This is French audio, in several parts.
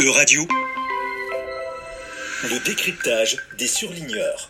E-Radio, le décryptage des surligneurs.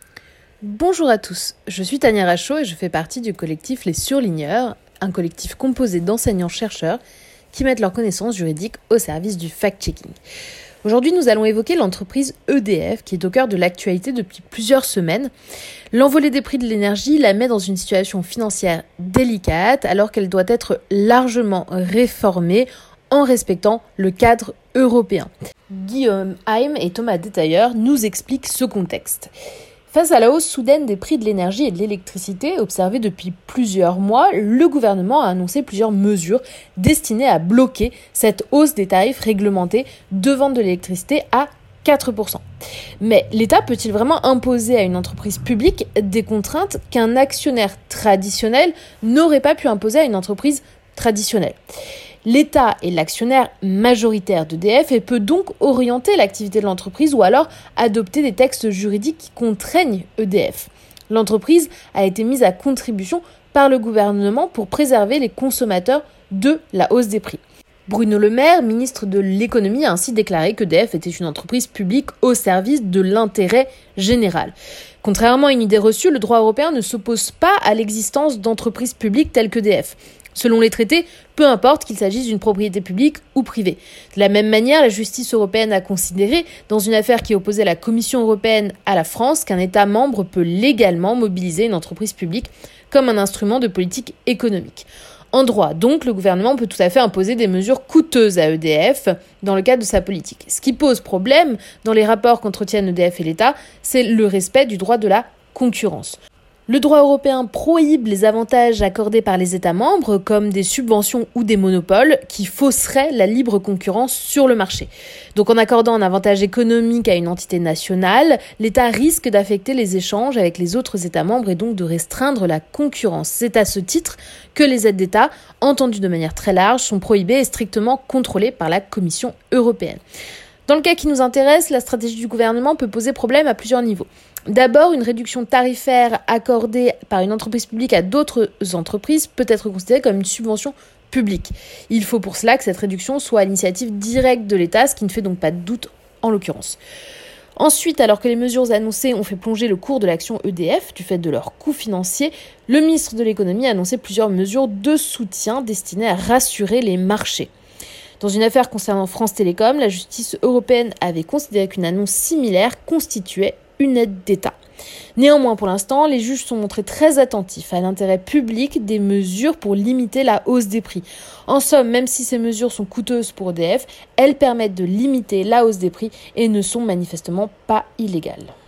Bonjour à tous, je suis Tania Rachaud et je fais partie du collectif Les Surligneurs, un collectif composé d'enseignants-chercheurs qui mettent leurs connaissances juridiques au service du fact-checking. Aujourd'hui, nous allons évoquer l'entreprise EDF qui est au cœur de l'actualité depuis plusieurs semaines. L'envolée des prix de l'énergie la met dans une situation financière délicate alors qu'elle doit être largement réformée en respectant le cadre européen. Guillaume Heim et Thomas Détailleur nous expliquent ce contexte. Face à la hausse soudaine des prix de l'énergie et de l'électricité observée depuis plusieurs mois, le gouvernement a annoncé plusieurs mesures destinées à bloquer cette hausse des tarifs réglementés de vente de l'électricité à 4%. Mais l'État peut-il vraiment imposer à une entreprise publique des contraintes qu'un actionnaire traditionnel n'aurait pas pu imposer à une entreprise traditionnelle ? L'État est l'actionnaire majoritaire d'EDF et peut donc orienter l'activité de l'entreprise ou alors adopter des textes juridiques qui contraignent EDF. L'entreprise a été mise à contribution par le gouvernement pour préserver les consommateurs de la hausse des prix. Bruno Le Maire, ministre de l'économie, a ainsi déclaré qu'EDF était une entreprise publique au service de l'intérêt général. Contrairement à une idée reçue, le droit européen ne s'oppose pas à l'existence d'entreprises publiques telles qu'EDF. Selon les traités, peu importe qu'il s'agisse d'une propriété publique ou privée. De la même manière, la justice européenne a considéré, dans une affaire qui opposait la Commission européenne à la France, qu'un État membre peut légalement mobiliser une entreprise publique comme un instrument de politique économique. En droit, donc, le gouvernement peut tout à fait imposer des mesures coûteuses à EDF dans le cadre de sa politique. Ce qui pose problème dans les rapports qu'entretiennent EDF et l'État, c'est le respect du droit de la concurrence. Le droit européen prohibe les avantages accordés par les États membres, comme des subventions ou des monopoles, qui fausseraient la libre concurrence sur le marché. Donc en accordant un avantage économique à une entité nationale, l'État risque d'affecter les échanges avec les autres États membres et donc de restreindre la concurrence. C'est à ce titre que les aides d'État, entendues de manière très large, sont prohibées et strictement contrôlées par la Commission européenne. Dans le cas qui nous intéresse, la stratégie du gouvernement peut poser problème à plusieurs niveaux. D'abord, une réduction tarifaire accordée par une entreprise publique à d'autres entreprises peut être considérée comme une subvention publique. Il faut pour cela que cette réduction soit à l'initiative directe de l'État, ce qui ne fait donc pas de doute en l'occurrence. Ensuite, alors que les mesures annoncées ont fait plonger le cours de l'action EDF du fait de leur coût financier, le ministre de l'économie a annoncé plusieurs mesures de soutien destinées à rassurer les marchés. Dans une affaire concernant France Télécom, la justice européenne avait considéré qu'une annonce similaire constituait une aide d'État. Néanmoins, pour l'instant, les juges sont montrés très attentifs à l'intérêt public des mesures pour limiter la hausse des prix. En somme, même si ces mesures sont coûteuses pour EDF, elles permettent de limiter la hausse des prix et ne sont manifestement pas illégales.